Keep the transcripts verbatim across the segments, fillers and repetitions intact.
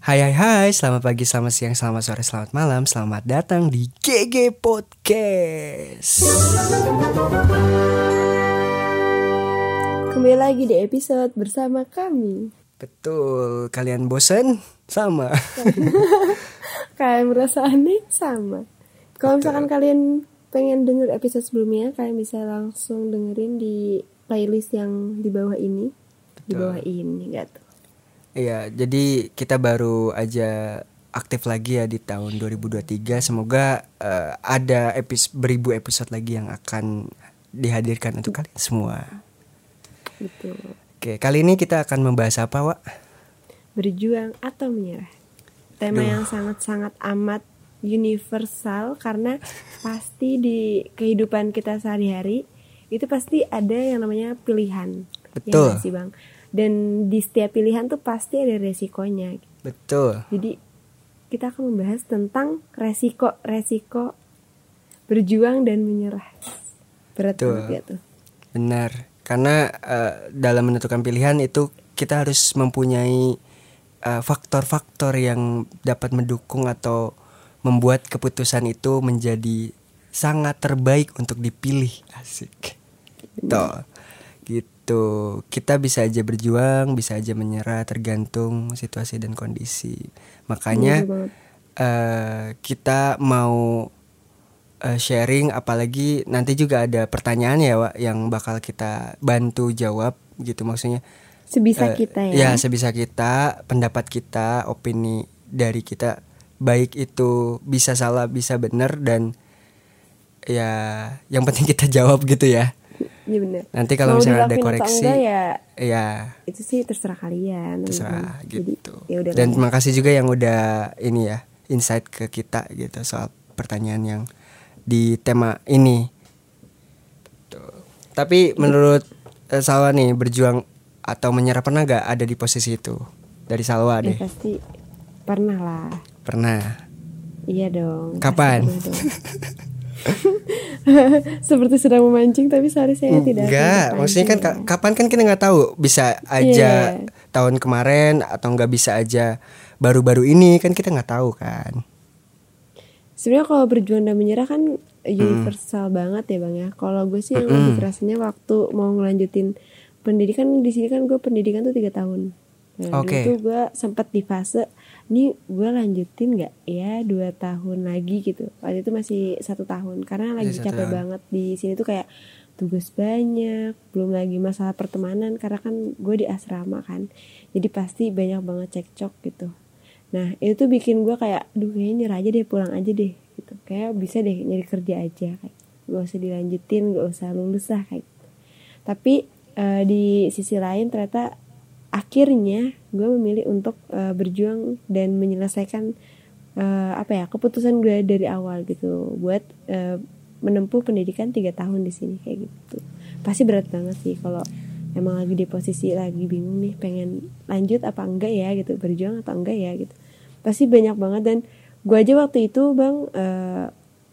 Hai hai hai, selamat pagi, selamat siang, selamat sore, selamat malam. Selamat datang di G G Podcast. Kembali lagi di episode bersama kami. Betul, kalian bosan? Sama. Kalian merasa aneh? Sama. Kalau misalkan kalian pengen denger episode sebelumnya, kalian bisa langsung dengerin di playlist yang di bawah ini. Di bawah ini, gak tuh. Iya, jadi kita baru aja aktif lagi ya di tahun dua ribu dua puluh tiga. Semoga uh, ada episode, beribu episode lagi yang akan dihadirkan untuk kalian semua. Betul. Oke, kali ini kita akan membahas apa, Wak? Berjuang atau menyerah. Tema Duh. yang sangat-sangat amat universal, karena pasti di kehidupan kita sehari-hari itu pasti ada yang namanya pilihan. Betul. Ya gak sih, Bang? Dan di setiap pilihan tuh pasti ada resikonya. Betul. Jadi kita akan membahas tentang resiko-resiko berjuang dan menyerah. Berat Betul. banget ya tuh. Benar. Karena uh, dalam menentukan pilihan itu kita harus mempunyai uh, faktor-faktor yang dapat mendukung atau membuat keputusan itu menjadi sangat terbaik untuk dipilih. Asik. Tuh. Gitu. Kita bisa aja berjuang, bisa aja menyerah, tergantung situasi dan kondisi. Makanya uh, kita mau uh, sharing, apalagi nanti juga ada pertanyaan ya, Wak, yang bakal kita bantu jawab gitu, maksudnya sebisa uh, kita ya. Ya sebisa kita, pendapat kita, opini dari kita, baik itu bisa salah, bisa benar, dan ya yang penting kita jawab gitu ya. Iya benar. Nanti kalau misalnya ada koreksi, enggak, ya, ya itu sih terserah kalian. terserah teman-teman. gitu. Jadi, dan ya. Terima kasih juga yang udah ini ya, insight ke kita gitu soal pertanyaan yang di tema ini. Tuh. Tapi menurut uh, Salwa nih, berjuang atau menyerah pernah gak ada di posisi itu? Dari Salwa deh. Ya, pasti pernah lah. Pernah. Iya dong. Kapan? Seperti sedang memancing, tapi sorry saya tidak. Enggak, maksudnya kan ya. Kapan kan kita nggak tahu, bisa aja yeah. tahun kemarin atau nggak bisa aja baru-baru ini, kan kita nggak tahu kan. Sebenarnya kalau berjuang dan menyerah kan universal mm. banget ya Bang ya. Kalau gue sih yang lebih kerasanya waktu mau ngelanjutin pendidikan di sini kan, gue pendidikan tuh tiga tahun. Nah, okay. itu gue sempat di fase ini gue lanjutin nggak ya dua tahun lagi gitu. Waktu itu masih satu tahun karena lagi masih capek banget di sini tuh, kayak tugas banyak, belum lagi masalah pertemanan karena kan gue di asrama kan, jadi pasti banyak banget cekcok gitu. Nah itu tuh bikin gue kayak, duh kayaknya nyerah aja deh, pulang aja deh gitu. Kayak bisa deh nyari kerja aja, kayak gak usah dilanjutin, gak usah lulus lah kayak. Tapi uh, di sisi lain ternyata akhirnya gue memilih untuk uh, berjuang dan menyelesaikan uh, apa ya keputusan gue dari awal gitu, buat uh, menempuh pendidikan tiga tahun di sini kayak gitu. Pasti berat banget sih kalau emang lagi di posisi lagi bingung nih, pengen lanjut apa enggak ya gitu, berjuang atau enggak ya gitu. Pasti banyak banget, dan gue aja waktu itu Bang uh,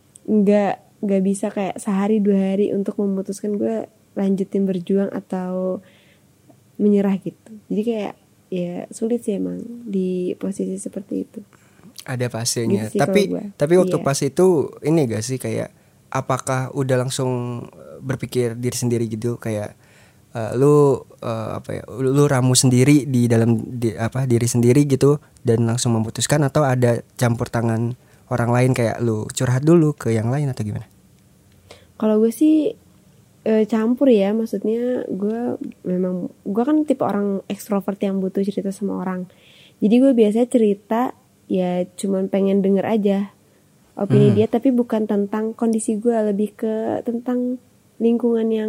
nggak nggak bisa kayak sehari dua hari untuk memutuskan gue lanjutin berjuang atau menyerah gitu. Jadi kayak ya sulit sih emang di posisi seperti itu. Ada fasenya. Gitu tapi tapi waktu iya. pas itu ini gak sih, kayak apakah udah langsung berpikir diri sendiri gitu, kayak uh, lu uh, apa ya, lu ramu sendiri di dalam di, apa diri sendiri gitu dan langsung memutuskan, atau ada campur tangan orang lain, kayak lu curhat dulu ke yang lain atau gimana? Kalau gue sih E, campur ya, maksudnya gue memang gue kan tipe orang ekstrovert yang butuh cerita sama orang. Jadi gue biasanya cerita ya cuman pengen denger aja opini hmm. dia, tapi bukan tentang kondisi gue, lebih ke tentang lingkungan yang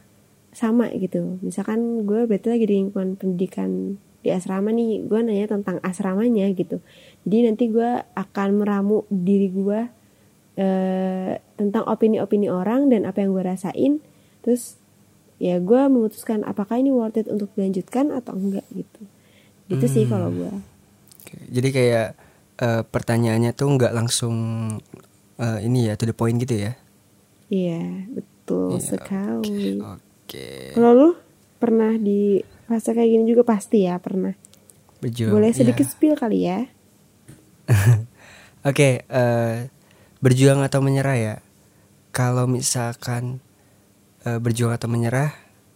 sama gitu. Misalkan gue berarti lagi di lingkungan pendidikan di asrama nih, gue nanya tentang asramanya gitu. Jadi nanti gue akan meramu diri gue e, tentang opini-opini orang dan apa yang gue rasain. Terus ya gue memutuskan apakah ini worth it untuk dilanjutkan atau enggak gitu. Gitu hmm. sih kalau gue. Jadi kayak uh, pertanyaannya tuh nggak langsung uh, ini ya, to the point gitu ya? Iya betul ya, sekali. Oke. Okay. Kalau lu pernah di fase kayak gini juga pasti ya pernah? Berjuang. Boleh sedikit ya. spill kali ya. Oke, okay, uh, berjuang atau menyerah ya. Kalau misalkan uh, berjuang atau menyerah,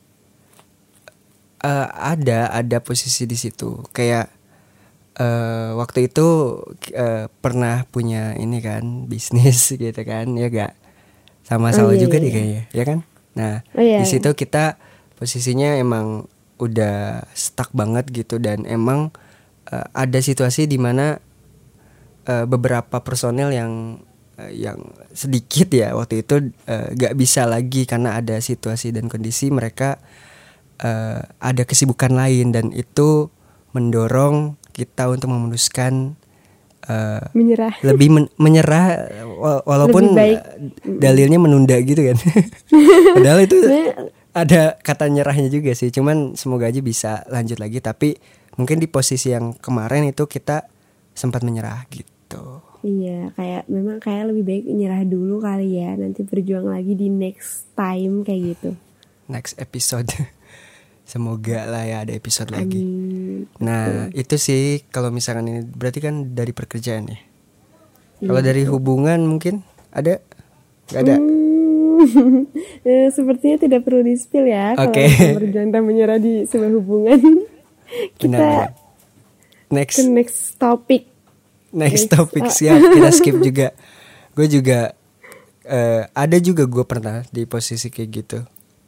uh, ada ada posisi di situ. Kayak uh, waktu itu uh, pernah punya ini kan bisnis gitu kan, ya gak? Sama Salwa oh, iya, juga iya. deh kayaknya, ya kan? Nah, oh, iya, di situ iya. kita posisinya emang udah stuck banget gitu, dan emang uh, ada situasi di mana uh, beberapa personel yang uh, yang sedikit ya waktu itu uh, gak bisa lagi karena ada situasi dan kondisi mereka uh, ada kesibukan lain, dan itu mendorong kita untuk memutuskan Uh, menyerah lebih men- menyerah walaupun baik. dalilnya menunda gitu kan. Padahal itu ada kata nyerahnya juga sih, cuman semoga aja bisa lanjut lagi. Tapi mungkin di posisi yang kemarin itu kita sempat menyerah gitu. Iya, kayak memang kayak lebih baik nyerah dulu kali ya, nanti berjuang lagi di next time kayak gitu, next episode. Semoga lah ya ada episode Amin. lagi. Nah Betul. itu sih kalau misalkan ini berarti kan dari pekerjaan ya. Kalau Iya, dari betul. hubungan mungkin ada? Gak ada? Hmm, eh, sepertinya tidak perlu di-spill ya. Oke. Kalau berjuang dan menyerah di sebuah hubungan. Kita Benar, next. ke next topic. Next, Next. topic siap, kita skip juga. Gue juga uh, ada juga gue pernah di posisi kayak gitu.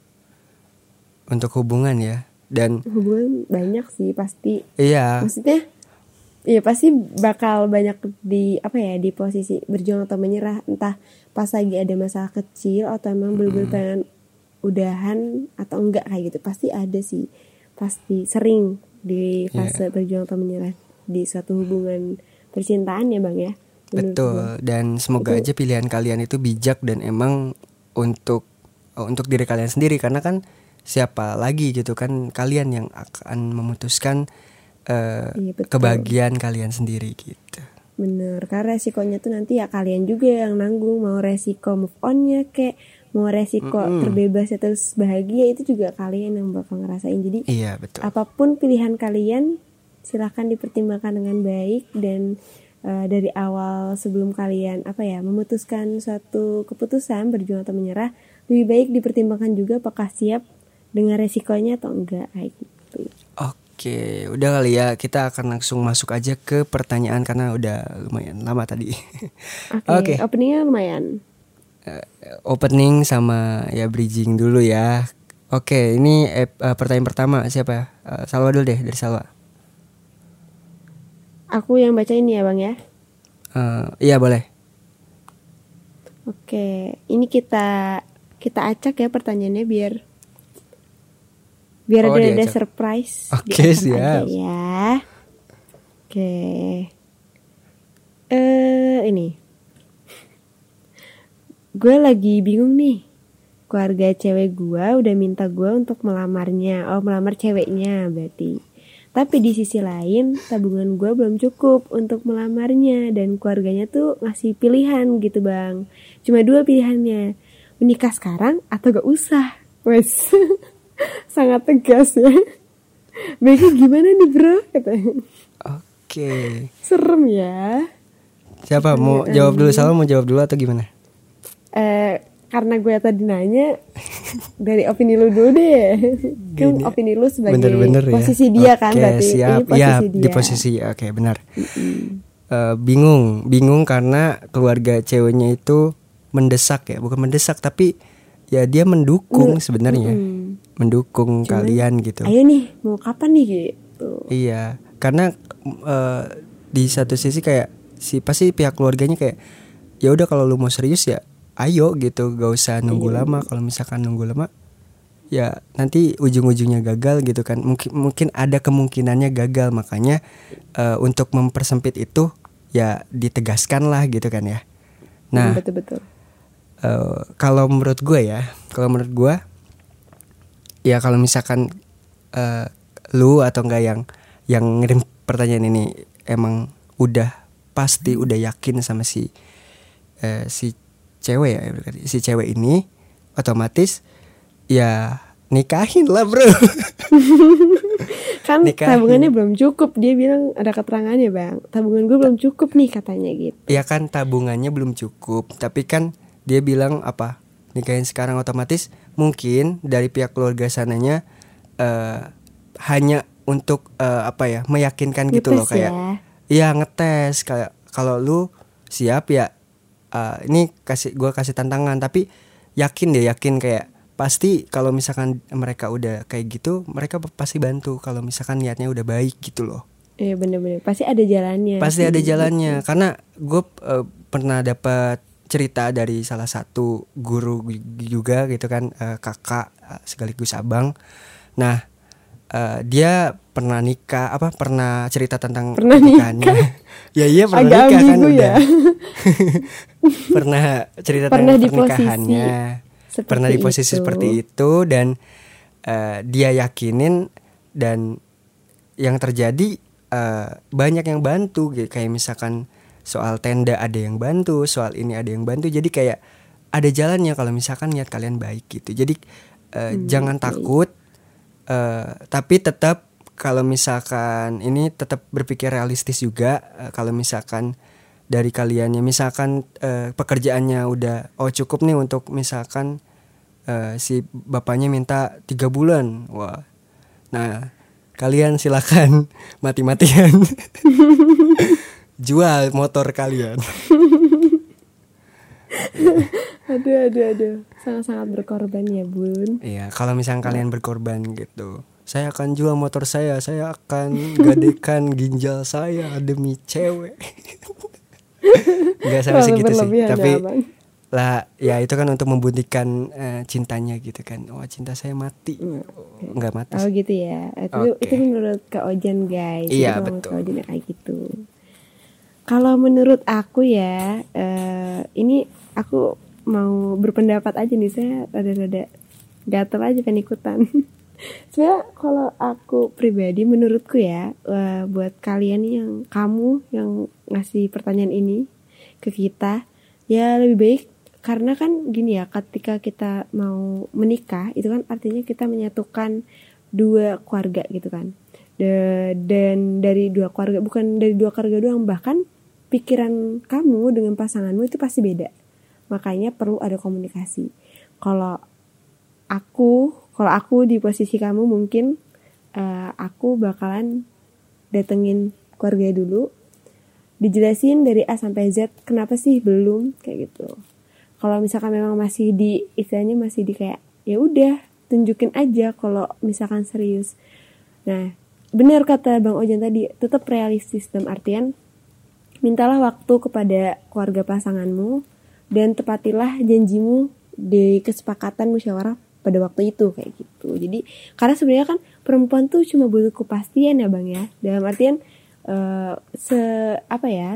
Untuk hubungan ya. Dan Hubungan banyak sih pasti. iya. Maksudnya iya pasti bakal banyak di apa ya, di posisi berjuang atau menyerah, entah pas lagi ada masalah kecil atau emang bener-bener pengen udahan atau enggak kayak gitu. Pasti ada sih. Pasti sering di fase Yeah. berjuang atau menyerah di suatu hubungan percintaan ya Bang ya. Menurut Betul. gua. Dan semoga Itu- aja pilihan kalian itu bijak dan emang untuk untuk diri kalian sendiri, karena kan siapa lagi gitu kan kalian yang akan memutuskan uh, Iya, betul. kebahagiaan kalian sendiri gitu. Bener, karena resikonya tuh nanti ya kalian juga yang nanggung. Mau resiko move onnya kayak mau resiko Mm-mm. terbebas terus bahagia, itu juga kalian yang bakal ngerasain. Jadi Iya betul. apapun pilihan kalian silahkan dipertimbangkan dengan baik, dan uh, dari awal sebelum kalian apa ya memutuskan suatu keputusan berjuang atau menyerah, lebih baik dipertimbangkan juga apakah siap dengan resikonya atau enggak kayak gitu. Oke, udah kali ya, kita akan langsung masuk aja ke pertanyaan karena udah lumayan lama tadi. Oke, Oke. openingnya lumayan. Uh, opening sama ya bridging dulu ya. Oke, ini eh, uh, pertanyaan pertama siapa? Uh, Salwa dulu deh, dari Salwa. Aku yang baca ini ya Bang ya. Uh, iya boleh. Oke, ini kita kita acak ya pertanyaannya biar biar Oh, ada ada diacak. surprise. Oke, Diacak siap. aja ya. Oke. Eh ini. Gue lagi bingung nih. Keluarga cewek gue udah minta gue untuk melamarnya. Oh, melamar ceweknya berarti. Tapi di sisi lain, tabungan gue belum cukup untuk melamarnya. Dan keluarganya tuh ngasih pilihan gitu bang. Cuma dua pilihannya. Menikah sekarang atau gak usah. Wes, sangat tegas ya. Baiknya gimana nih bro? Katanya. Oke. Serem ya. Siapa mau Pertanyaan jawab dulu? ini. Salwa mau jawab dulu atau gimana? Eh, karena gue tadi nanya, dari opini lu dulu deh. Kan Gini. opini lu sebagai Bener-bener ya. posisi dia kan Oke, berarti. siap. Ini posisi Ya, dia. di posisi oke benar. Uh, bingung, bingung karena keluarga ceweknya itu mendesak ya, bukan mendesak tapi ya dia mendukung Mm, sebenarnya, mm-mm. mendukung Cuman, kalian gitu. Ayo nih, mau kapan nih gitu. Iya, karena uh, di satu sisi kayak si pasti pihak keluarganya kayak ya udah kalau lu mau serius ya ayo gitu, gak usah nunggu Iya. lama. Kalau misalkan nunggu lama ya nanti ujung-ujungnya gagal gitu kan. Mungkin mungkin ada kemungkinannya gagal, makanya uh, untuk mempersempit itu ya ditegaskan lah gitu kan ya. Nah, Betul-betul. uh, kalau menurut gue ya, kalau menurut gue ya kalau misalkan uh, lu atau enggak yang yang ngirim pertanyaan ini emang udah pasti udah yakin sama si uh, si cewek ya, si cewek ini, otomatis ya nikahin lah bro. kan nikahin. tabungannya belum cukup, dia bilang ada keterangannya bang, tabungan gue belum cukup nih katanya gitu. Ya kan tabungannya belum cukup, tapi kan dia bilang apa, nikahin sekarang otomatis mungkin dari pihak keluarga sananya uh, hanya untuk uh, apa ya, meyakinkan gitu loh, kayak iya ya, ngetes kayak kalau lu siap ya uh, ini kasih gue kasih tantangan, tapi yakin deh yakin kayak pasti kalau misalkan mereka udah kayak gitu, mereka pasti bantu kalau misalkan niatnya udah baik gitu loh. Iya bener-bener pasti ada jalannya. Pasti sih, ada jalannya gitu. Karena gue uh, pernah dapat cerita dari salah satu guru juga gitu kan, uh, kakak uh, sekaligus abang. Nah uh, dia pernah nikah apa pernah cerita tentang pernah pernikahannya. Ya iya pernah agak nikah kan ya. udah. Pernah cerita pernah tentang di pernikahannya. Seperti pernah di posisi itu. seperti itu dan uh, dia yakinin dan yang terjadi uh, banyak yang bantu gitu. Kayak misalkan soal tenda ada yang bantu, soal ini ada yang bantu, jadi kayak ada jalannya kalau misalkan niat kalian baik gitu. Jadi uh, hmm, jangan okay. takut uh, tapi tetap kalau misalkan ini tetap berpikir realistis juga. uh, kalau misalkan dari kaliannya misalkan uh, pekerjaannya udah oh cukup nih untuk misalkan uh, si bapaknya minta tiga bulan, wah, nah kalian silakan mati-matian jual motor kalian. aduh aduh aduh sangat-sangat berkorban ya bun. Iya kalau misalkan kalian berkorban gitu, saya akan jual motor saya, saya akan gadekan ginjal saya demi cewek. Nggak sampai segitu sih, tapi lah ya itu kan untuk membuktikan uh, cintanya gitu kan. Oh cinta saya mati, oh, nggak mati. Oh gitu ya. Itu okay. Itu menurut Kak Ojan guys. Iya itu betul. Kak Ojan kayak gitu. Kalau menurut aku ya, uh, ini aku mau berpendapat aja nih, saya rada-rada gatel aja pengen ikutan. Sebenarnya kalau aku pribadi menurutku ya, uh, buat kalian yang kamu yang ngasih pertanyaan ini ke kita, ya lebih baik karena kan gini ya, ketika kita mau menikah itu kan artinya kita menyatukan dua keluarga gitu kan. De, dan dari dua keluarga, bukan dari dua keluarga doang, bahkan pikiran kamu dengan pasanganmu itu pasti beda. Makanya perlu ada komunikasi. Kalau aku Kalau aku di posisi kamu mungkin uh, aku bakalan datengin keluarga dulu, dijelasin dari A sampai Z kenapa sih belum kayak gitu. Kalau misalkan memang masih di istilahnya masih di kayak ya udah tunjukin aja kalau misalkan serius. Nah benar kata Bang Ojan tadi, tetap realistis dalam artian mintalah waktu kepada keluarga pasanganmu dan tepatilah janjimu di kesepakatan musyawarah pada waktu itu kayak gitu. Jadi karena sebenarnya kan perempuan tuh cuma butuh kepastian ya bang ya. Dalam artian uh, se apa ya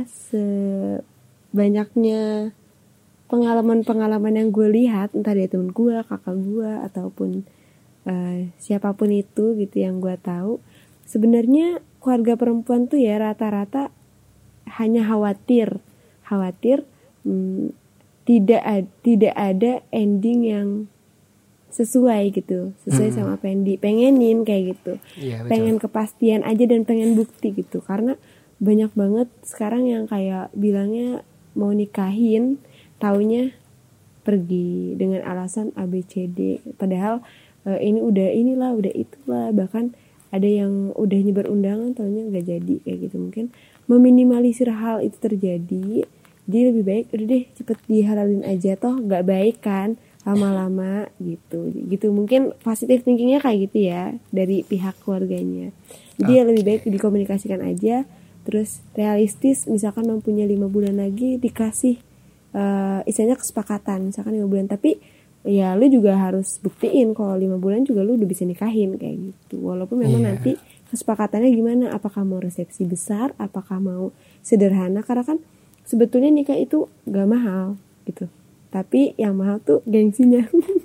sebanyaknya pengalaman-pengalaman yang gue lihat entah dari temen gue, kakak gue ataupun uh, siapapun itu gitu yang gue tahu, sebenarnya keluarga perempuan tuh ya rata-rata hanya khawatir, khawatir hmm, tidak ad, tidak ada ending yang sesuai gitu, sesuai hmm. sama apa yang dipengenin kayak gitu. Ya, pengen kepastian aja dan pengen bukti gitu. Karena banyak banget sekarang yang kayak bilangnya mau nikahin, taunya pergi dengan alasan A B C D. Padahal uh, ini udah inilah, udah itulah. Bahkan ada yang udah nyebar undangan, taunya nggak jadi kayak gitu. Mungkin meminimalisir hal itu terjadi. Jadi lebih baik udah deh cepet dihalalin aja, toh nggak baik kan lama-lama gitu. Gitu mungkin positive thinkingnya kayak gitu ya dari pihak keluarganya. Jadi okay. lebih baik dikomunikasikan aja, terus realistis. Misalkan mempunyai lima bulan lagi dikasih uh, istilahnya kesepakatan, misalkan lima bulan. Tapi ya lu juga harus buktiin kalau lima bulan juga lu udah bisa nikahin kayak gitu. Walaupun memang yeah. nanti kesepakatannya gimana, apakah mau resepsi besar, apakah mau sederhana. Karena kan sebetulnya nikah itu gak mahal gitu, tapi yang mahal tuh gengsinya.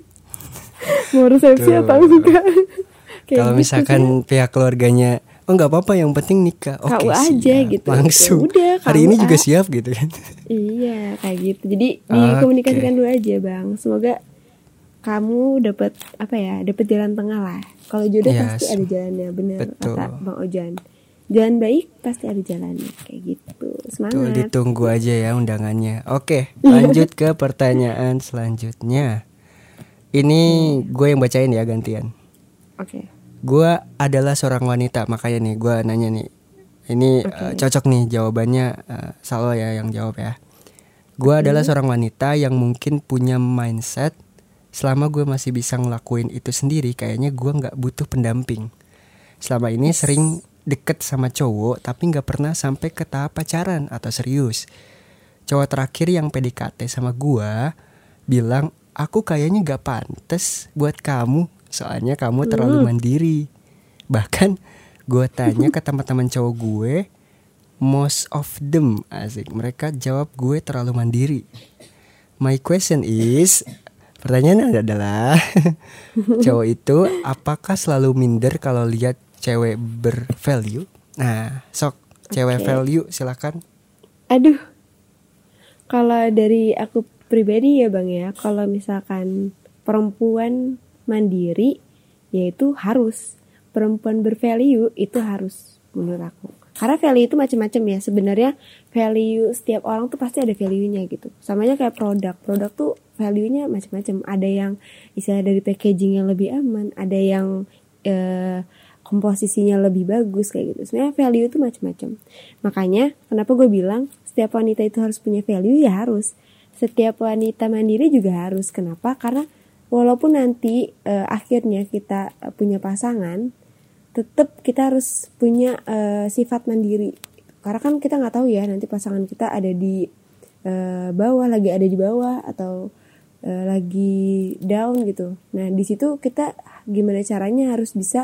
Mau resepsi atau enggak. Kalau gitu misalkan kan pihak keluarganya oh nggak apa-apa yang penting nikah, oke okay, aja siap. Gitu langsung ya udah, hari ini juga siap gitu kan. Iya kayak gitu. Jadi dikomunikasikan okay. dulu aja bang. Semoga kamu dapat apa ya, dapat jalan tengah lah. Kalau jodoh Yes. pasti ada jalannya, benar Betul. kata Bang Ojan. Jalan baik pasti ada jalannya, kayak gitu. Tuh, Semangat. ditunggu aja ya undangannya. Oke, lanjut ke pertanyaan selanjutnya. Ini gue yang bacain ya gantian. Oke. Gue adalah seorang wanita, makanya nih gue nanya nih. Ini Oke. eh, cocok nih jawabannya, eh, Salo ya yang jawab ya. Gue adalah seorang wanita yang mungkin punya mindset selama gue masih bisa ngelakuin itu sendiri, kayaknya gue nggak butuh pendamping. Selama ini sering deket sama cowok tapi nggak pernah sampai ke tahap pacaran atau serius. Cowok terakhir yang P D K T sama gue bilang aku kayaknya nggak pantas buat kamu, soalnya kamu terlalu mandiri. Bahkan gue tanya ke teman-teman cowok gue, most of them asik, mereka jawab gue terlalu mandiri. My question is, pertanyaannya adalah cowok itu apakah selalu minder kalau lihat cewek bervalue? Nah, sok cewek Oke. value silakan. Aduh, kalau dari aku pribadi ya Bang ya, kalau misalkan perempuan mandiri, yaitu harus. Perempuan bervalue itu harus menurut aku. Karena value itu macam-macam ya. Sebenarnya value setiap orang tuh pasti ada value-nya gitu. Samanya kayak produk. Produk tuh value-nya macam-macam. Ada yang istilah dari packaging yang lebih aman, ada yang eh, komposisinya lebih bagus kayak gitu. Sebenarnya value itu macam-macam. Makanya kenapa gue bilang setiap wanita itu harus punya value, ya harus. Setiap wanita mandiri juga harus. Kenapa? Karena walaupun nanti eh, akhirnya kita eh, punya pasangan, tetap kita harus punya uh, sifat mandiri. Karena kan kita nggak tahu ya nanti pasangan kita ada di uh, bawah, lagi ada di bawah atau uh, lagi down gitu. Nah di situ kita gimana caranya harus bisa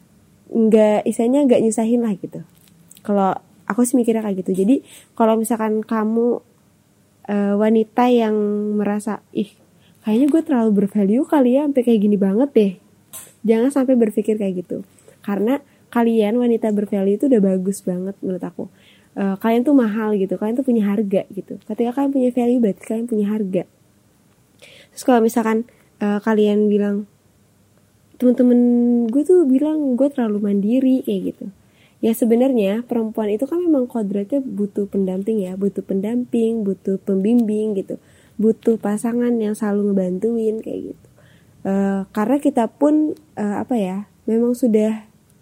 nggak, istilahnya nggak nyusahin lah gitu. Kalau aku sih mikirnya kayak gitu. Jadi kalau misalkan kamu uh, wanita yang merasa ih kayaknya gue terlalu bervalue kali ya sampai kayak gini banget deh, jangan sampai berpikir kayak gitu. Karena kalian wanita bervalue itu udah bagus banget menurut aku. Uh, kalian tuh mahal gitu, kalian tuh punya harga gitu. Ketika kalian punya value berarti kalian punya harga. Terus kalau misalkan uh, kalian bilang, temen-temen gue tuh bilang gue terlalu mandiri kayak gitu. Ya sebenarnya perempuan itu kan memang kodratnya butuh pendamping ya, butuh pendamping, butuh pembimbing gitu, butuh pasangan yang selalu ngebantuin kayak gitu. Uh, karena kita pun uh, apa ya, memang sudah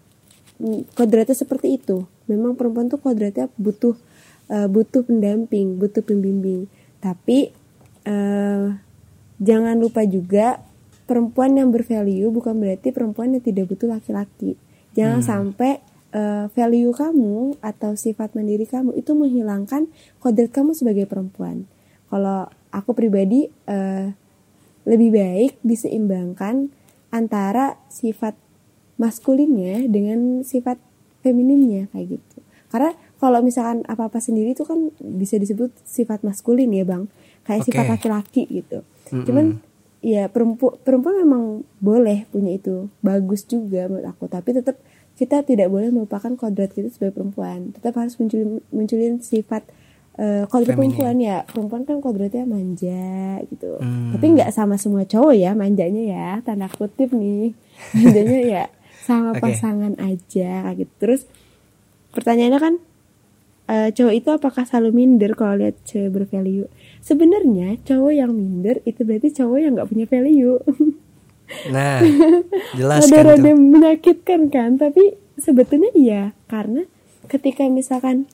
kodratnya seperti itu. Memang perempuan tuh kodratnya butuh uh, butuh pendamping, butuh pembimbing. Tapi uh, jangan lupa juga perempuan yang bervalue bukan berarti perempuan yang tidak butuh laki-laki. Jangan hmm. sampai uh, value kamu atau sifat mandiri kamu itu menghilangkan kodrat kamu sebagai perempuan. Kalau aku pribadi uh, lebih baik diseimbangkan antara sifat maskulinnya dengan sifat femininnya kayak gitu. Karena kalau misalkan apa-apa sendiri itu kan bisa disebut sifat maskulin ya Bang, kayak okay. sifat laki-laki gitu. Mm-hmm. Cuman ya perempuan perempuan memang boleh punya itu, bagus juga menurut aku. Tapi tetap kita tidak boleh melupakan kodrat kita sebagai perempuan. Tetap harus munculin munculin sifat uh, kodrat Feminin. Perempuan ya. Perempuan kan kodratnya manja gitu. Mm. Tapi nggak sama semua cowok ya manjanya ya, tanda kutip nih. Manjanya ya sama okay. pasangan aja gitu. Terus pertanyaannya kan uh, cowok itu apakah selalu minder kalau lihat cewek bervalue? Sebenarnya cowok yang minder itu berarti cowok yang nggak punya value. Nah, jelas kan rada-rada menyakitkan kan, tapi sebetulnya iya, karena ketika misalkan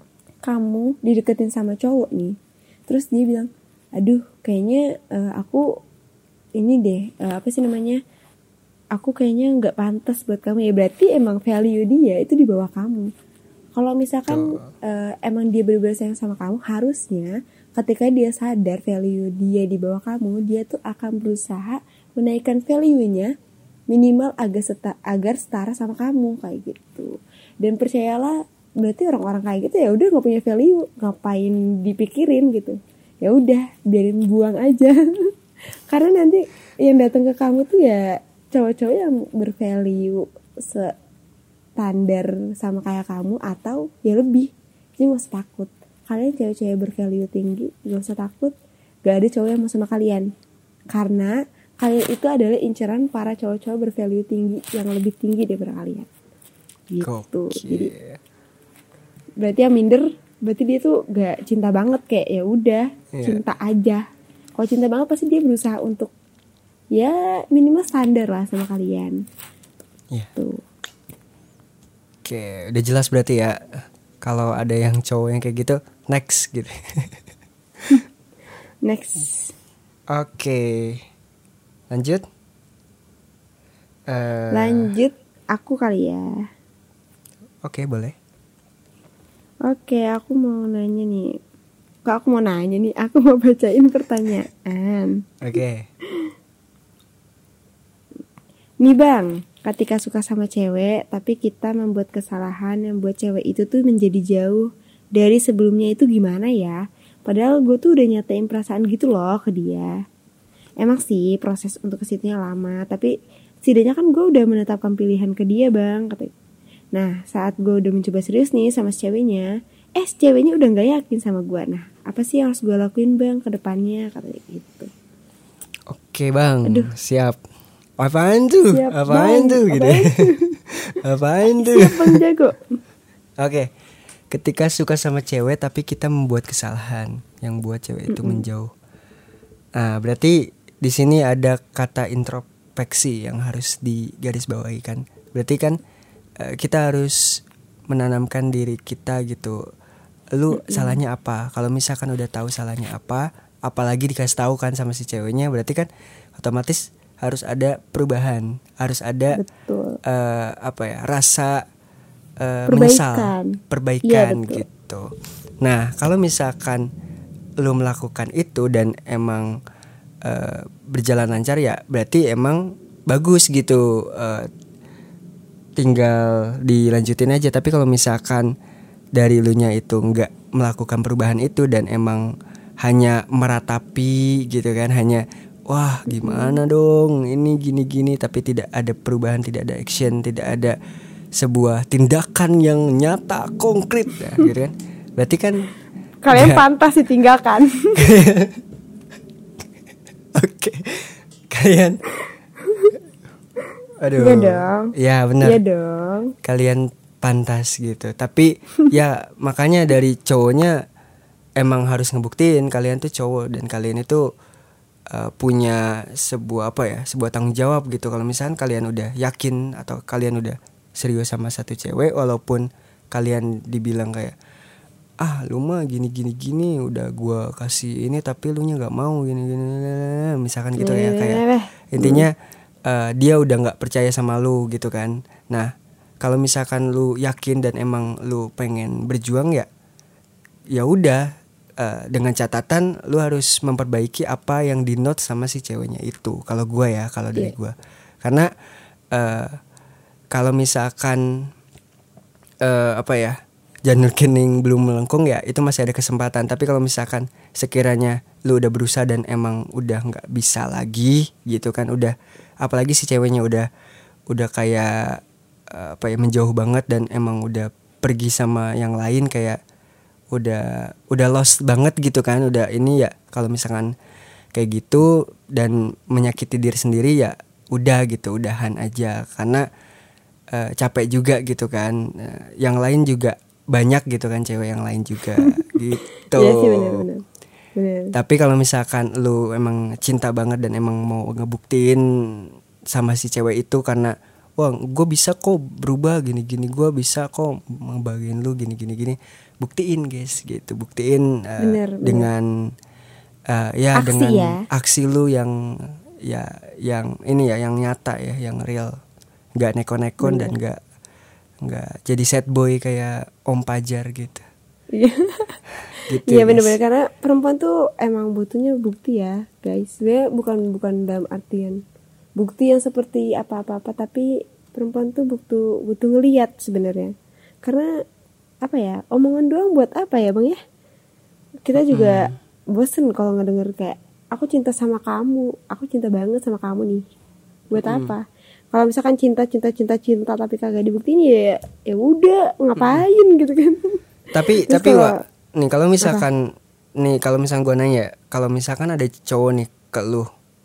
kamu dideketin sama cowok nih, terus dia bilang, aduh kayaknya uh, aku ini deh uh, apa sih namanya? Aku kayaknya nggak pantas buat kamu, ya berarti emang value dia itu di bawah kamu. Kalau misalkan uh, emang dia benar-benar sayang sama kamu, harusnya ketika dia sadar value dia di bawah kamu, dia tuh akan berusaha menaikkan value-nya minimal agar seta, agar setara sama kamu kayak gitu. Dan percayalah, berarti orang-orang kayak gitu ya udah nggak punya value, ngapain dipikirin gitu. Ya udah biarin buang aja. Karena nanti yang datang ke kamu tuh ya cowok-cowok yang bervalue standar sama kayak kamu atau ya lebih. Jadi gak usah takut. Kalian cewek-cewek bervalue tinggi, gak usah takut. Gak ada cowok yang mau sama kalian. Karena kalian itu adalah inceran para cowok-cowok bervalue tinggi yang lebih tinggi daripada kalian. Gitu. Gokil. Jadi berarti yang minder berarti dia tuh gak cinta banget, kayak ya udah Iya. cinta aja. Kalau cinta banget pasti dia berusaha untuk ya minimal standar lah sama kalian. Iya. Tuh. Oke, udah jelas berarti ya. Kalau ada yang cowok yang kayak gitu, next gitu. Next. Oke, lanjut. Eh, Lanjut aku kali ya. Oke, boleh. Oke, aku mau nanya nih. Kok aku mau nanya nih? Aku mau bacain pertanyaan. Oke. Nih bang, ketika suka sama cewek, tapi kita membuat kesalahan yang buat cewek itu tuh menjadi jauh dari sebelumnya, itu gimana ya? Padahal gue tuh udah nyatain perasaan gitu loh ke dia. Emang sih proses untuk kesitunya lama, tapi setidaknya kan gue udah menetapkan pilihan ke dia bang. Kata. Nah saat gue udah mencoba serius nih sama si ceweknya, eh si ceweknya udah gak yakin sama gue. Nah apa sih yang harus gue lakuin bang ke depannya? Katanya gitu. Oke bang, Aduh. siap. Apaan tuh? Siap, Apaan Bang. tuh gitu? Apaan Apaan tuh? Siap bang jago. Oke, ketika suka sama cewek tapi kita membuat kesalahan yang buat cewek itu Mm-mm. menjauh. Nah, berarti di sini ada kata introspeksi yang harus digarisbawahi kan. Berarti kan eh, kita harus menanamkan diri kita gitu. Lu Mm-mm. salahnya apa? Kalau misalkan udah tahu salahnya apa, apalagi dikasih tahu kan sama si ceweknya, berarti kan otomatis harus ada perubahan, harus ada Betul. eh, apa ya, rasa eh, Perbaikan. menyesal, perbaikan Iya, betul. gitu. Nah kalau misalkan lu melakukan itu dan emang eh, berjalan lancar ya berarti emang bagus gitu, eh, tinggal dilanjutin aja. Tapi kalau misalkan dari lu nya itu nggak melakukan perubahan itu dan emang hanya meratapi gitu kan, hanya wah gimana dong ini gini-gini, tapi tidak ada perubahan, tidak ada action, tidak ada sebuah tindakan yang nyata konkret ya, gitu kan. Berarti kan Kalian ya, pantas ditinggalkan. oke kalian aduh Iya dong. ya benar, Iya dong. kalian pantas gitu. Tapi ya makanya dari cowoknya emang harus ngebuktiin kalian tuh cowok dan kalian itu Uh, punya sebuah apa ya, sebuah tanggung jawab gitu. Kalau misalkan kalian udah yakin atau kalian udah serius sama satu cewek, walaupun kalian dibilang kayak ah lu mah gini gini gini udah gua kasih ini tapi lu nya nggak mau gini gini misalkan gitu ya, kayak intinya uh, dia udah nggak percaya sama lu gitu kan. Nah kalau misalkan lu yakin dan emang lu pengen berjuang ya ya udah. Uh, dengan catatan lu harus memperbaiki apa yang di note sama si ceweknya itu. Kalau gue ya, kalau dari Yeah. gue, karena uh, kalau misalkan uh, apa ya, janur kuning belum melengkung ya itu masih ada kesempatan. Tapi kalau misalkan sekiranya lu udah berusaha dan emang udah nggak bisa lagi gitu kan, udah apalagi si ceweknya udah udah kayak uh, apa ya, menjauh banget dan emang udah pergi sama yang lain, kayak udah udah lost banget gitu kan, udah ini ya. Kalau misalkan kayak gitu dan menyakiti diri sendiri ya udah gitu, udahan aja karena uh, capek juga gitu kan. Uh, yang lain juga banyak gitu kan, cewek yang lain juga gitu. Iya sih, benar-benar. Benar. Tapi kalau misalkan lu emang cinta banget dan emang mau ngebuktiin sama si cewek itu karena wah gue bisa kok berubah gini-gini, gue bisa kok ngebagiin lu gini-gini gini, buktiin guys gitu, buktiin uh, Bener, bener. dengan uh, ya Aksi dengan ya. aksi lu yang ya yang ini ya, yang nyata ya, yang real, nggak neko-nekon dan nggak nggak jadi sad boy kayak Om Pajar gitu. Iya. Gitu, Iya guys. benar-benar, karena perempuan tuh emang butuhnya bukti ya guys. Sebenarnya bukan bukan dalam artian bukti yang seperti apa-apa-apa, tapi perempuan tuh butuh butuh ngelihat sebenarnya. Karena apa ya, omongan doang buat apa ya bang ya? Kita juga hmm. bosen kalau ngedenger kayak aku cinta sama kamu, aku cinta banget sama kamu nih. Buat hmm. apa? Kalau misalkan cinta cinta cinta cinta tapi kagak dibuktiin ya ya udah ngapain hmm. gitu kan? Tapi Terus tapi kalau, Wak, nih kalau misalkan apa? nih kalau misalkan gue nanya, kalau misalkan ada cowok nih ke lu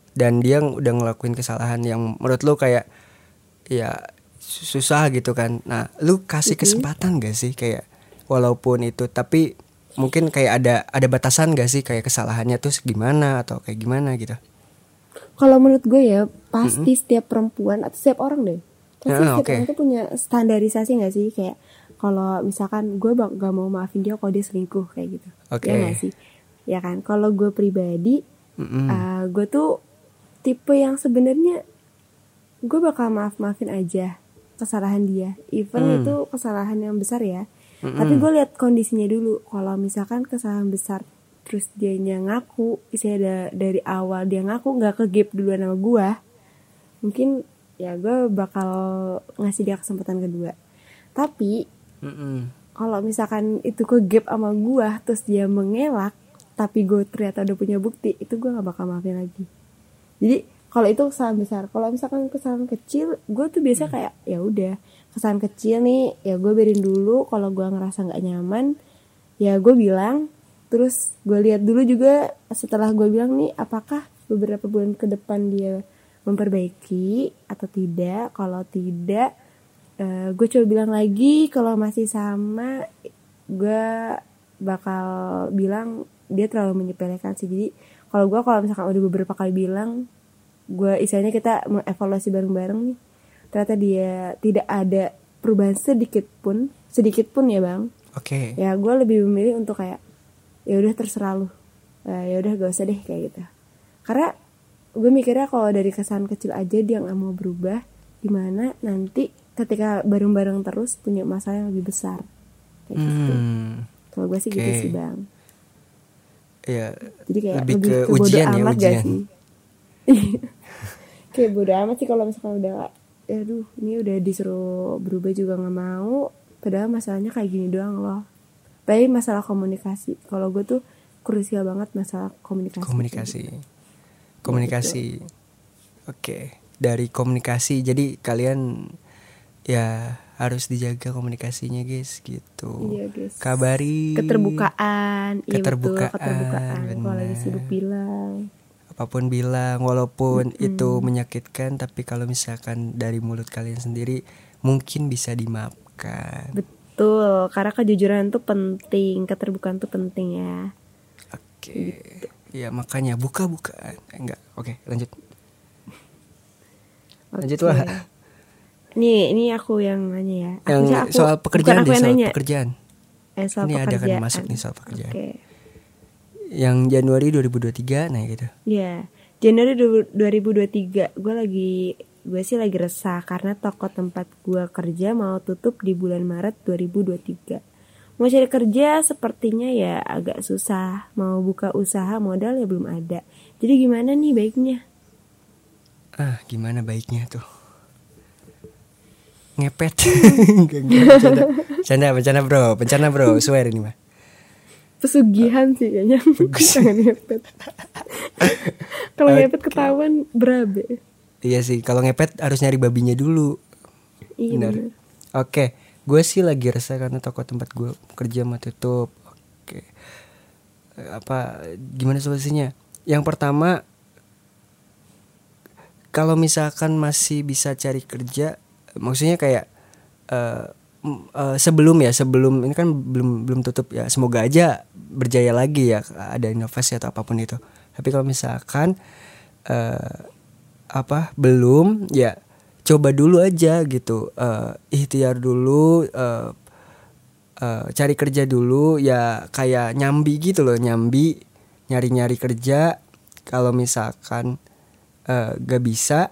dan dia udah ngelakuin kesalahan yang menurut lu kayak ya susah gitu kan. Nah, lu kasih kesempatan gak sih kayak walaupun itu, tapi mungkin kayak ada ada batasan gak sih kayak kesalahannya tuh gimana atau kayak gimana gitu? Kalau menurut gue ya pasti mm-hmm. setiap perempuan atau setiap orang deh pasti ah, setiap okay. orang tuh punya standarisasi gak sih, kayak kalau misalkan gue gak mau maafin dia kalau dia selingkuh kayak gitu, okay. ya gak sih? Ya kan, kalau gue pribadi mm-hmm. uh, gue tuh tipe yang sebenarnya gue bakal maaf-maafin aja kesalahan dia, even mm. itu kesalahan yang besar ya. Mm-mm. Tapi gue lihat kondisinya dulu. Kalau misalkan kesalahan besar terus dia ngaku, isinya dari awal dia ngaku nggak ke gap duluan sama gue, mungkin ya gue bakal ngasih dia kesempatan kedua. Tapi kalau misalkan itu ke gap sama gue terus dia mengelak, tapi gue ternyata udah punya bukti, itu gue nggak bakal maafin lagi. Jadi kalau itu kesalahan besar, kalau misalkan kesalahan kecil, gue tuh biasa kayak ya udah kesalahan kecil nih, ya gue biarin dulu. Kalau gue ngerasa nggak nyaman, ya gue bilang. Terus gue lihat dulu juga setelah gue bilang nih, apakah beberapa bulan ke depan dia memperbaiki atau tidak. Kalau tidak, uh, gue coba bilang lagi. Kalau masih sama, gue bakal bilang dia terlalu menyepelekan sih. Jadi kalau gue kalau misalkan udah beberapa kali bilang, gue istilahnya kita mengevaluasi bareng-bareng nih, ternyata dia tidak ada perubahan sedikit pun, sedikit pun ya bang. Oke. Okay. Ya gue lebih memilih untuk kayak, ya udah terserah lu, uh, ya udah gak usah deh kayak gitu. Karena gue mikirnya kalau dari kesan kecil aja dia nggak mau berubah, gimana nanti ketika bareng-bareng terus punya masalah yang lebih besar, kayak hmm. gitu. Kalau gue sih okay. gitu sih bang. Ya. Jadi kayak lebih, lebih ke, ke bodo ujian amat ya, gak ujian. sih? Kayak bodo amat sih kalau misalkan udah, aduh ini udah disuruh berubah juga nggak mau, padahal masalahnya kayak gini doang loh. Tapi masalah komunikasi, kalau gue tuh krusial banget masalah komunikasi. Komunikasi, komunikasi. Ya, oke, okay. Dari komunikasi, jadi kalian ya harus dijaga komunikasinya guys, gitu. Iya guys. Kabari. Keterbukaan, keterbukaan, iya betul, keterbukaan. Kalau lagi sibuk bilang. Apapun bilang, walaupun mm-hmm. itu menyakitkan, tapi kalau misalkan dari mulut kalian sendiri mungkin bisa dimaafkan. Betul, karena kejujuran tuh penting, keterbukaan tuh penting ya. Oke, gitu. Ya makanya buka-bukaan, enggak, oke lanjut. Lanjut okay. Wah. Nih, ini aku yang nanya ya. Aku, yang aku, soal pekerjaan deh, soal nanya. pekerjaan. Eh, soal ini pekerjaan. ada kan masuk nih soal pekerjaan. Okay. Yang Januari dua ribu dua puluh tiga, nah gitu. Iya, Januari dua ribu dua puluh tiga gue lagi, gue sih lagi resah karena toko tempat gue kerja mau tutup di bulan Maret dua ribu dua puluh tiga. Mau cari kerja sepertinya ya agak susah, mau buka usaha modal ya belum ada. Jadi gimana nih baiknya? Ah, gimana baiknya tuh? Ngepet. Bencana, bencana bro, bencana bro, swear ini mah. Pesugihan sih kayaknya. Jangan ngepet. Kalau okay. ngepet ketahuan berabe. Iya sih, kalau ngepet harus nyari babinya dulu. Iya benar. Oke, okay. Gue sih lagi resah karena toko tempat gue kerja mau tutup. Oke, okay. Apa? Gimana solusinya? Yang pertama, kalau misalkan masih bisa cari kerja, maksudnya kayak uh, Uh, sebelum ya sebelum ini kan belum belum tutup ya, semoga aja berjaya lagi ya, ada inovasi atau apapun itu. Tapi kalau misalkan uh, apa belum ya, coba dulu aja gitu, uh, ikhtiar dulu, uh, uh, cari kerja dulu ya, kayak nyambi gitu loh, nyambi nyari-nyari kerja. Kalau misalkan uh, gak bisa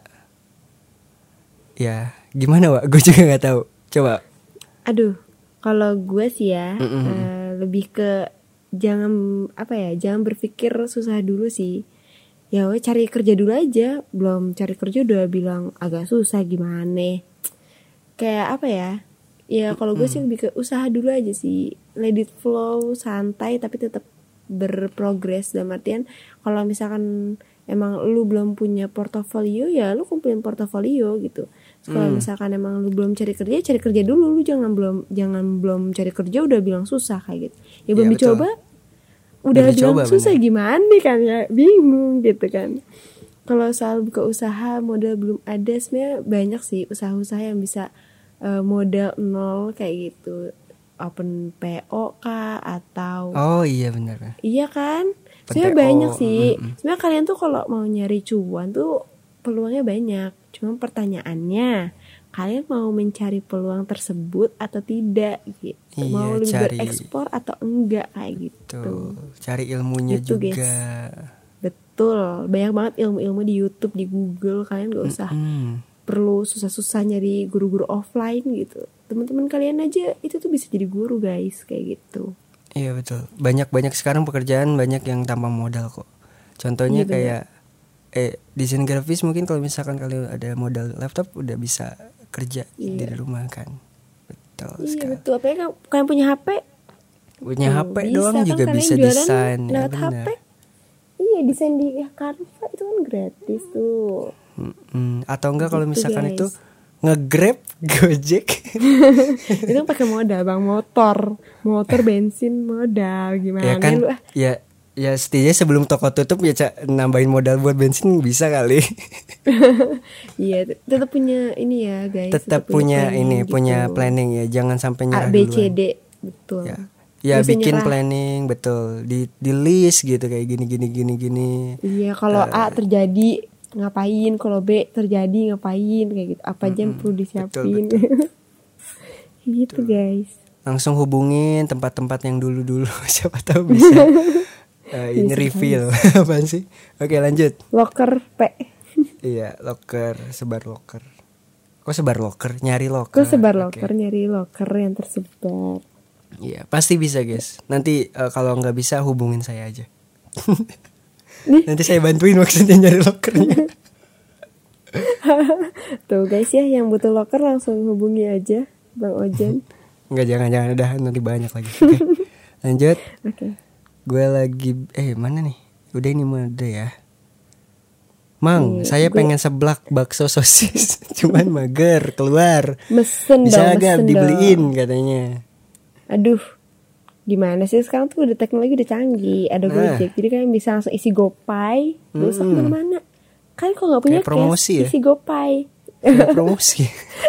ya gimana Wak, gue juga gak tahu, coba. Aduh, kalau gue sih ya uh, lebih ke jangan apa ya, jangan berpikir susah dulu sih. Ya we, cari kerja dulu aja. Belum cari kerja udah bilang agak susah gimana? Kayak apa ya? Ya kalau gue sih lebih ke usaha dulu aja sih. Let it flow, santai tapi tetap berprogres. Dalam artian kalau misalkan emang lu belum punya portofolio, ya lu kumpulin portofolio gitu. Kalau hmm. misalkan emang lu belum cari kerja, cari kerja dulu. Lu jangan belum jangan belum cari kerja udah bilang susah kayak gitu. Ya belum ya, dicoba, betul. Udah bilang dicoba, susah bener. Gimana kan ya, bingung gitu kan. kalau soal buka usaha modal belum ada, sebenarnya banyak sih usaha-usaha yang bisa uh, modal nol kayak gitu, open P O kah atau Oh iya benar. iya kan, Open sebenarnya P O, banyak sih. mm-mm. Sebenarnya kalian tuh kalau mau nyari cuan tuh peluangnya banyak, cuma pertanyaannya kalian mau mencari peluang tersebut atau tidak gitu, Iya, mau lebih cari berekspor atau enggak kayak gitu. tuh, cari ilmunya Gitu, juga. guys. Betul, banyak banget ilmu-ilmu di YouTube, di Google. Kalian gak usah Mm-mm. perlu susah-susah nyari guru-guru offline gitu. Teman-teman kalian aja itu tuh bisa jadi guru, guys, kayak gitu. Iya betul. Banyak-banyak sekarang pekerjaan banyak yang tanpa modal kok. Contohnya Iya, bener. kayak eh desain grafis, mungkin kalau misalkan kalian ada modal laptop udah bisa kerja Iya. di rumah kan. Betul Iya sekali. betul, apalagi kan kalian punya H P. Punya Tuh, H P bisa doang kan juga kalian bisa jualan desain ya lewat H P. benar. Iya, desain di Canva itu kan gratis tuh. Mm-mm. Atau enggak kalau Gitu, misalkan guys. itu nge-Grab, Gojek. Itu pakai modal, Bang, motor, motor bensin modal gimana Ya kan, lu ah. ya ya setidaknya sebelum toko tutup ya Ca, nambahin modal buat bensin bisa kali. Iya, t- tetap punya ini ya, guys. Tetap punya planning ini, gitu. punya planning ya, jangan sampai A nyerah B duluan. C D, betul. Ya, ya Nggak usah bikin nyerah. planning betul, di di list gitu kayak gini gini gini gini. Iya, kalau Eh, A terjadi ngapain, kalau B terjadi ngapain, kayak gitu. Apa aja yang Mm-mm. perlu Betul, disiapin. Gitu, guys. Langsung hubungin tempat-tempat yang dulu-dulu siapa tahu bisa eh, ini Bisa, refill. Apaan sih? Oke, lanjut. Locker P. Iya, locker, sebar locker. Kok sebar locker? Nyari locker. Gue sebar Oke. locker, nyari locker yang tersebar. Iya, pasti bisa, guys. Nanti eh, kalau nggak bisa hubungin saya aja. Nih. Nanti saya bantuin maksudnya nyari lockernya. Tuh guys ya, yang butuh locker langsung hubungi aja Bang Ojan. Enggak, jangan jangan udah nanti banyak lagi. Oke. Lanjut. Oke. Gue lagi eh mana nih? Udah ini mah udah ya. Mang, Nih, saya gue- pengen seblak bakso sosis, cuman mager keluar. Mesen Bisa dong, gak mesen dibeliin dong. katanya? Aduh, gimana sih sekarang tuh udah teknologi udah canggih, ada Nah. Gojek, jadi kalian bisa langsung isi GoPay, nggak usah Mm-mm. kemana-mana. Kan kalau nggak punya Kayak promosi cash, ya? isi GoPay. Kayak promosi.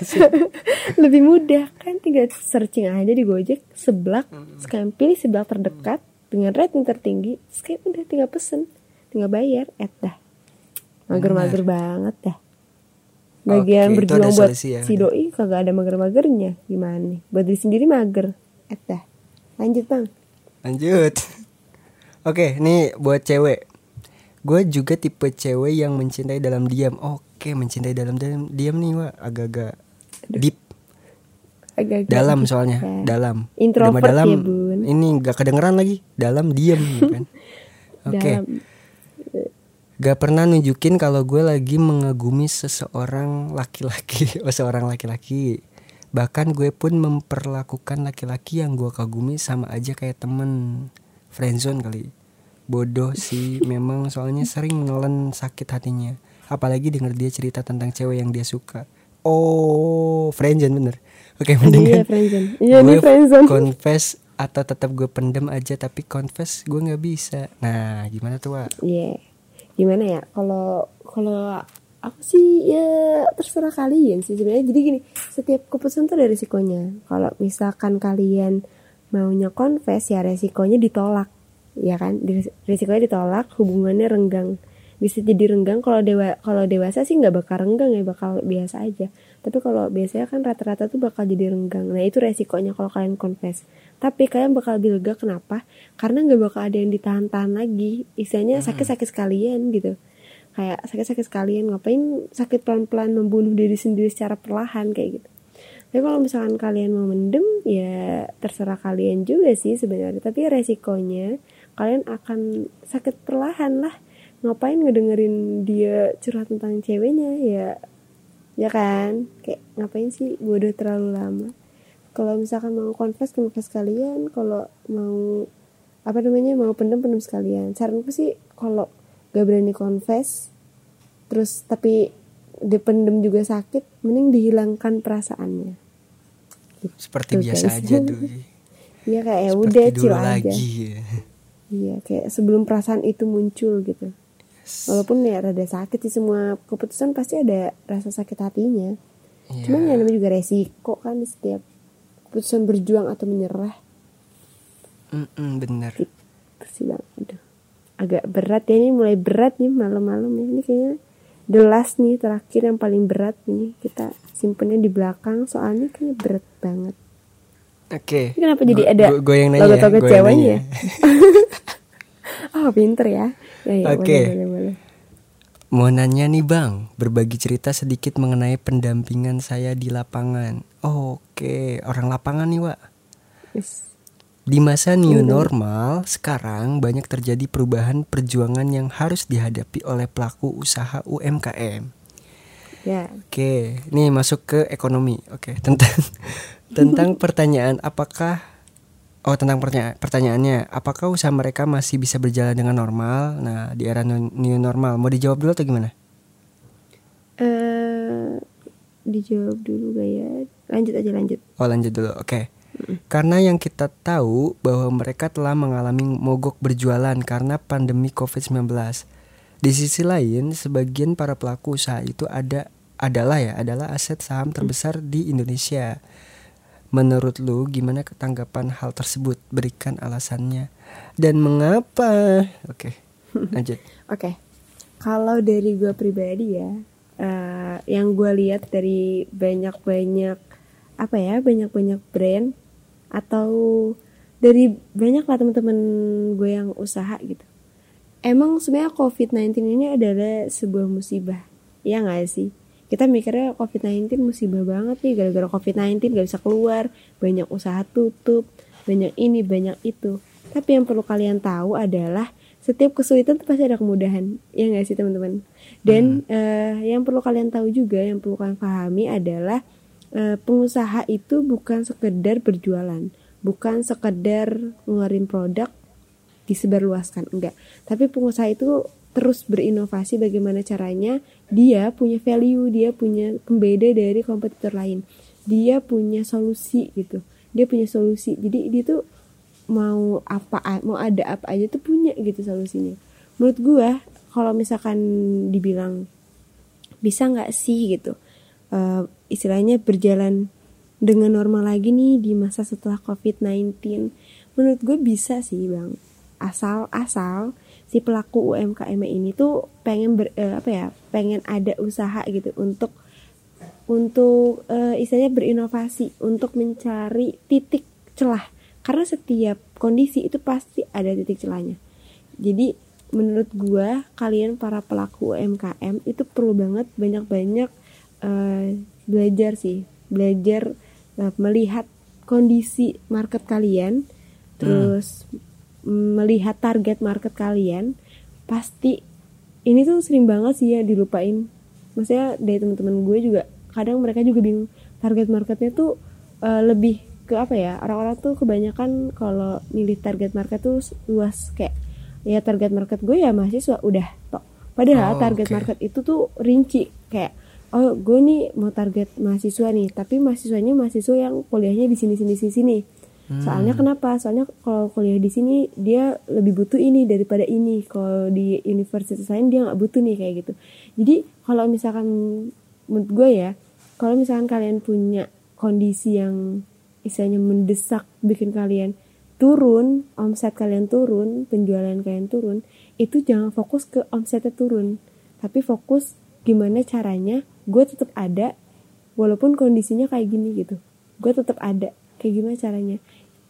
Lebih mudah kan, tinggal searching aja di Gojek seblak, sekalian pilih seblak terdekat dengan rating tertinggi, sekalian udah tinggal pesen, tinggal bayar, et dah. Mager-mager banget dah. Bagian Oke, itu berjuang ada buat solusi ya, si udah. doi kagak ada mager-magernya, gimana nih? Buat diri sendiri mager, et dah. Lanjut Bang. Lanjut. Oke, ini buat cewek. Gue juga tipe cewek yang mencintai dalam diam. Oke, mencintai dalam diam, diam nih, wah agak-agak deep. Agak-agak Dalam gitu soalnya, kan. dalam. Introvert Udah mah dalam, ya, Bun. ini gak kedengeran lagi. Dalam diam kan. Oke. Dalam. Gak pernah nunjukin kalau gue lagi mengagumi seseorang laki-laki. Oh, seorang laki-laki. Bahkan gue pun memperlakukan laki-laki yang gue kagumi sama aja kayak temen. Friendzone kali. Bodoh sih memang, soalnya sering nelen sakit hatinya. Apalagi denger dia cerita tentang cewek yang dia suka. Oh, friendzone bener. Oke, Iya, mendingan friendzone. Iya, gue nih friendzone. confess atau tetap gue pendem aja, tapi confess gue nggak bisa. Nah, gimana tuh, Wak? Iya. Gimana ya? Kalau kalau aku sih ya terserah kalian sih sebenarnya. Jadi gini, setiap keputusan tuh ada resikonya. Kalau misalkan kalian maunya confess, ya resikonya ditolak, ya kan? Di- Resikonya ditolak, hubungannya renggang. Bisa jadi renggang. Kalau dewa kalau dewasa sih nggak bakal renggang ya, bakal biasa aja. Tapi kalau biasanya kan rata-rata tuh bakal jadi renggang. Nah itu resikonya kalau kalian confess. Tapi kalian bakal lebih lega, kenapa? Karena nggak bakal ada yang ditahan-tahan lagi. Istilahnya sakit-sakit sekalian gitu. Kayak sakit-sakit sekalian, ngapain sakit pelan-pelan membunuh diri sendiri secara perlahan kayak gitu. Tapi kalau misalkan kalian mau mendem, ya terserah kalian juga sih sebenarnya. Tapi resikonya kalian akan sakit perlahan lah. Ngapain ngedengerin dia curhat tentang ceweknya, ya ya kan? Kayak ngapain sih bodoh terlalu lama. Kalau misalkan mau confess, confess kalian. Kalau mau apa namanya, mau pendem, pendem sekalian. Saranku sih kalau gak berani confess, terus tapi dipendem juga sakit, mending dihilangkan perasaannya. Seperti Tuh, biasa guys. aja tuh. Iya kayak ya Seperti udah dulu chill aja. lagi. Iya kayak sebelum perasaan itu muncul gitu. Walaupun ya rada sakit sih, semua keputusan pasti ada rasa sakit hatinya. Iya. Cuman ya namanya juga resiko kan di setiap keputusan berjuang atau menyerah. Mm-mm, bener. Gitu sih bang. Aduh, agak berat ya, ini mulai berat nih malam-malam ya. Ini kayaknya the last nih, terakhir yang paling berat nih. Kita simpennya di belakang soalnya kayaknya berat banget. Oke. Ini kenapa jadi Go- ada go- goyang nanya ya, logo-logo goyang ceweknya nanya. ya? Oh pinter ya. Ya ya Oke. boleh boleh boleh. Mau nanya nih bang, berbagi cerita sedikit mengenai pendampingan saya di lapangan. Oke, orang lapangan nih Wak. Yes. Di masa new Ini normal sekarang banyak terjadi perubahan perjuangan yang harus dihadapi oleh pelaku usaha U M K M. Ya. Oke, ini masuk ke ekonomi. Oke, tentang tentang pertanyaan apakah oh tentang pertanya- pertanyaannya apakah usaha mereka masih bisa berjalan dengan normal? Nah, di era nu- new normal mau dijawab dulu atau gimana? Eh dijawab dulu gak ya? Lanjut aja lanjut. Oh, lanjut dulu. Oke. Karena yang kita tahu bahwa mereka telah mengalami mogok berjualan karena pandemi covid sembilan belas. Di sisi lain, sebagian para pelaku usaha itu ada adalah ya adalah aset saham terbesar di Indonesia. Menurut lu gimana tanggapan hal tersebut? Berikan alasannya dan mengapa. Oke, lanjut. Oke. Kalau dari gue pribadi ya, eh, yang gue lihat dari banyak-banyak apa ya, banyak-banyak brand atau dari banyak lah teman-teman gue yang usaha gitu. Emang sebenarnya covid sembilan belas ini adalah sebuah musibah. Ya nggak sih? Kita mikirnya covid sembilan belas musibah banget nih, gara-gara covid sembilan belas gak bisa keluar, banyak usaha tutup, banyak ini, banyak itu. Tapi yang perlu kalian tahu adalah setiap kesulitan itu pasti ada kemudahan. Ya gak sih teman-teman? Dan hmm. eh, yang perlu kalian tahu juga, yang perlu kalian pahami adalah eh, pengusaha itu bukan sekedar berjualan, bukan sekedar ngeluarin produk disebarluaskan, enggak. Tapi pengusaha itu terus berinovasi bagaimana caranya dia punya value, dia punya pembeda dari kompetitor lain, dia punya solusi gitu, dia punya solusi. Jadi dia tuh mau apa, mau ada apa aja tuh punya gitu solusinya. Menurut gue kalau misalkan dibilang bisa nggak sih gitu, uh, istilahnya berjalan dengan normal lagi nih di masa setelah covid sembilan belas, menurut gue bisa sih bang, asal asal si pelaku U M K M ini tuh pengen ber, uh, apa ya pengen ada usaha gitu untuk untuk uh, istilahnya berinovasi, untuk mencari titik celah, karena setiap kondisi itu pasti ada titik celahnya. Jadi menurut gua kalian para pelaku U M K M itu perlu banget banyak-banyak uh, belajar sih, belajar uh, melihat kondisi market kalian, terus hmm. melihat target market kalian. Pasti ini tuh sering banget sih ya dilupain. Maksudnya dari teman-teman gue juga kadang mereka juga bingung target marketnya tuh uh, lebih ke apa ya, orang-orang tuh kebanyakan kalau milih target market tuh luas, kayak ya target market gue ya mahasiswa udah tok. Padahal oh, target okay. market itu tuh rinci, kayak oh gue nih mau target mahasiswa nih, tapi mahasiswanya mahasiswa yang kuliahnya di sini sini sini sini. Hmm. Soalnya kenapa? Soalnya kalau kuliah di sini dia lebih butuh ini daripada ini. Kalau di universitas lain dia nggak butuh nih kayak gitu. Jadi kalau misalkan menurut gue ya, kalau misalkan kalian punya kondisi yang istilahnya mendesak bikin kalian turun, omset kalian turun, penjualan kalian turun, itu jangan fokus ke omsetnya turun, tapi fokus gimana caranya gue tetap ada walaupun kondisinya kayak gini gitu. Gue tetap ada. Kayak gimana caranya?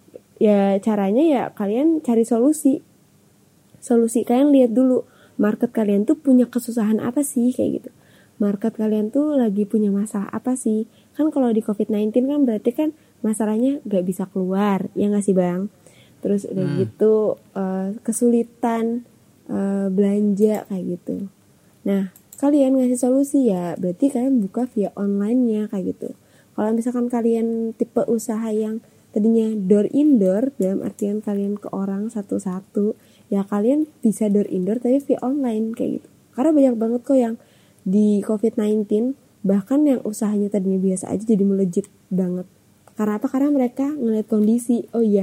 Ya caranya ya kalian cari solusi. Solusi kalian lihat dulu market kalian tuh punya kesusahan apa sih kayak gitu. Market kalian tuh lagi punya masalah apa sih? Kan kalau di covid sembilan belas kan berarti kan masalahnya gak bisa keluar, ya gak sih bang? Terus udah hmm. gitu uh, kesulitan uh, belanja kayak gitu. Nah kalian ngasih solusi ya berarti kalian buka via online-nya kayak gitu. Kalau misalkan kalian tipe usaha yang tadinya door in door, dalam artian kalian ke orang satu-satu, ya kalian bisa door in door tapi via online kayak gitu. Karena banyak banget kok yang di covid sembilan belas bahkan yang usahanya tadinya biasa aja jadi melejit banget. Karena apa? Karena mereka ngeliat kondisi, oh iya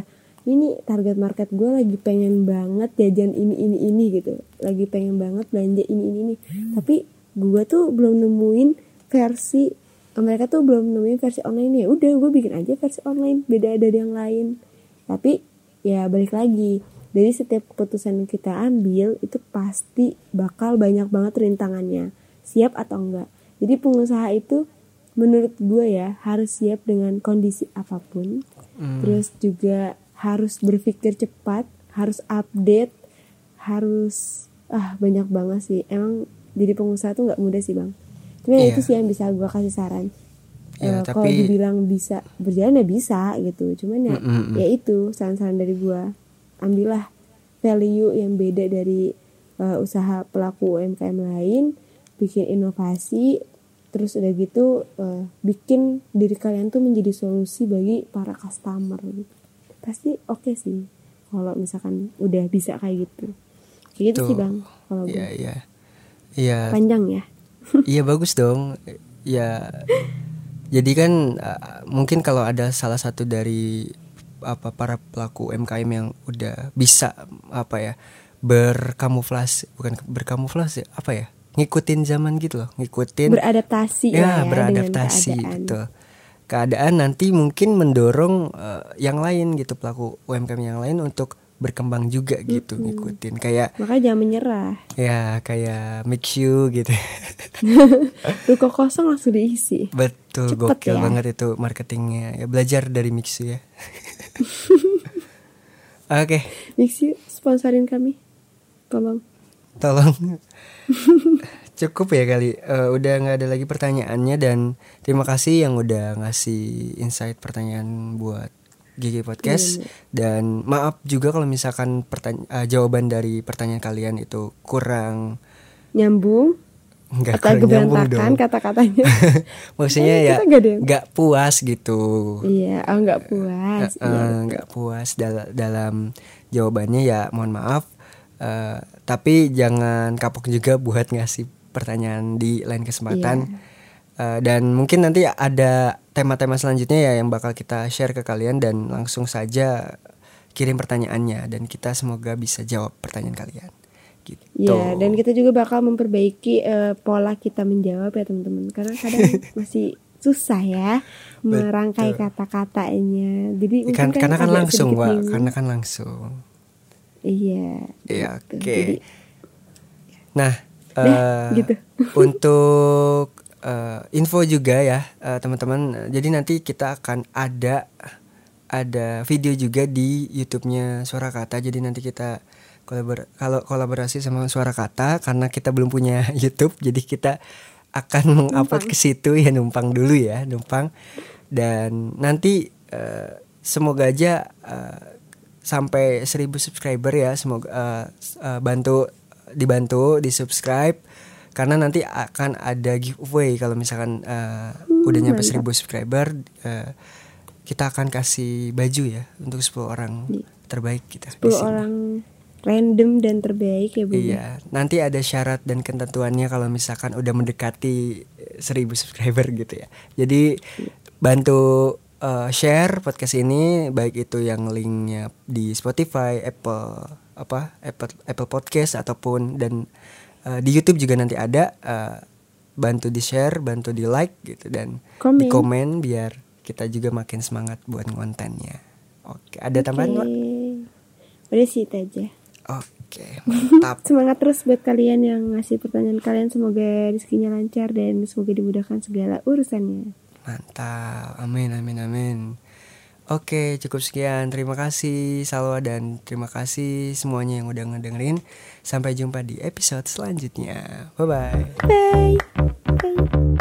ini target market gue lagi pengen banget jajan ini ini ini gitu, lagi pengen banget belanja ini ini ini, tapi gue tuh belum nemuin versi, mereka tuh belum nemuin versi online. Ya udah gue bikin aja versi online beda dari yang lain. Tapi ya balik lagi, dari setiap keputusan yang kita ambil itu pasti bakal banyak banget rintangannya, siap atau enggak. Jadi pengusaha itu menurut gue ya harus siap dengan kondisi apapun. hmm. Terus juga harus berpikir cepat, harus update, harus ah banyak banget sih. Emang jadi pengusaha tuh nggak mudah sih bang. Cuma yeah. itu sih yang bisa gue kasih saran. Yeah, uh, tapi... Kalau dibilang bisa berjalan ya bisa gitu. Cuman ya mm-hmm. ya itu saran-saran dari gue. Ambillah value yang beda dari uh, usaha pelaku U M K M lain, bikin inovasi, terus udah gitu uh, bikin diri kalian tuh menjadi solusi bagi para customer gitu. Pasti oke okay sih kalau misalkan udah bisa kayak gitu. Kayak gitu tuh, sih bang. Kalau iya iya iya. Panjang ya. Iya bagus dong. Ya jadi kan uh, mungkin kalau ada salah satu dari apa para pelaku U M K M yang udah bisa apa ya berkamuflase, bukan berkamuflase apa ya? Ngikutin zaman gitu loh, ngikutin beradaptasi ya, ya beradaptasi gitu. Keadaan nanti mungkin mendorong uh, yang lain gitu, pelaku U M K M yang lain untuk berkembang juga gitu, mm-hmm. ngikutin kayak makanya jangan menyerah ya, kayak Mixu gitu. Ruko kosong langsung diisi. Betul. Cepet gokil ya. Banget itu marketingnya ya, belajar dari Mixu ya. Oke okay. Mixu sponsorin kami tolong tolong. Cukup ya kali, uh, udah gak ada lagi pertanyaannya. Dan terima kasih yang udah ngasih insight pertanyaan buat G G Podcast. hmm. Dan maaf juga kalau misalkan pertanya- uh, jawaban dari pertanyaan kalian itu kurang nyambung, Gak atau berantakan kata-katanya. Maksudnya ya gak puas gitu. Iya, oh gak puas. uh, uh, iya, Gak puas dal- dalam jawabannya ya, mohon maaf. Uh, tapi jangan kapok juga buat ngasih pertanyaan di lain kesempatan. yeah. uh, Dan mungkin nanti ada tema-tema selanjutnya ya yang bakal kita share ke kalian. Dan langsung saja kirim pertanyaannya, dan kita semoga bisa jawab pertanyaan kalian gitu. Ya, dan kita juga bakal memperbaiki uh, pola kita menjawab ya teman-teman. Karena kadang masih susah ya merangkai kata-katanya. Jadi kan, kan karena kan langsung Wak, karena kan langsung. Iya. Iya, oke. Okay. Nah, nah, uh, gitu. Untuk uh, info juga ya uh, teman-teman. Jadi nanti kita akan ada ada video juga di YouTube-nya Suara Kata. Jadi nanti kita kolabor kalau kolaborasi sama Suara Kata, karena kita belum punya YouTube. Jadi kita akan mengupload ke situ ya, numpang dulu ya, numpang. Dan nanti uh, semoga aja uh, sampai seribu subscriber ya, semoga uh, uh, bantu dibantu di subscribe, karena nanti akan ada giveaway kalau misalkan uh, hmm, udah nyampe seribu subscriber. Uh, kita akan kasih baju ya untuk sepuluh orang terbaik kita. sepuluh orang random dan terbaik ya Bu. Iya, nanti ada syarat dan ketentuannya kalau misalkan udah mendekati seribu subscriber gitu ya. Jadi bantu Uh, share podcast ini, baik itu yang linknya di Spotify, Apple apa Apple Apple Podcast ataupun dan uh, di YouTube juga nanti ada. Uh, bantu di share, bantu di like gitu, dan komen. Di komen biar kita juga makin semangat buat kontennya. Oke, ada okay. tambahan Mbak? Udah sih itu aja. Oke, mantap. Semangat terus buat kalian yang ngasih pertanyaan kalian, semoga rezekinya lancar dan semoga dimudahkan segala urusannya. Mantap, amin amin amin. Oke, cukup sekian. Terima kasih Salwa dan terima kasih semuanya yang udah ngedengerin. Sampai jumpa di episode selanjutnya. Bye bye. Bye. Bye.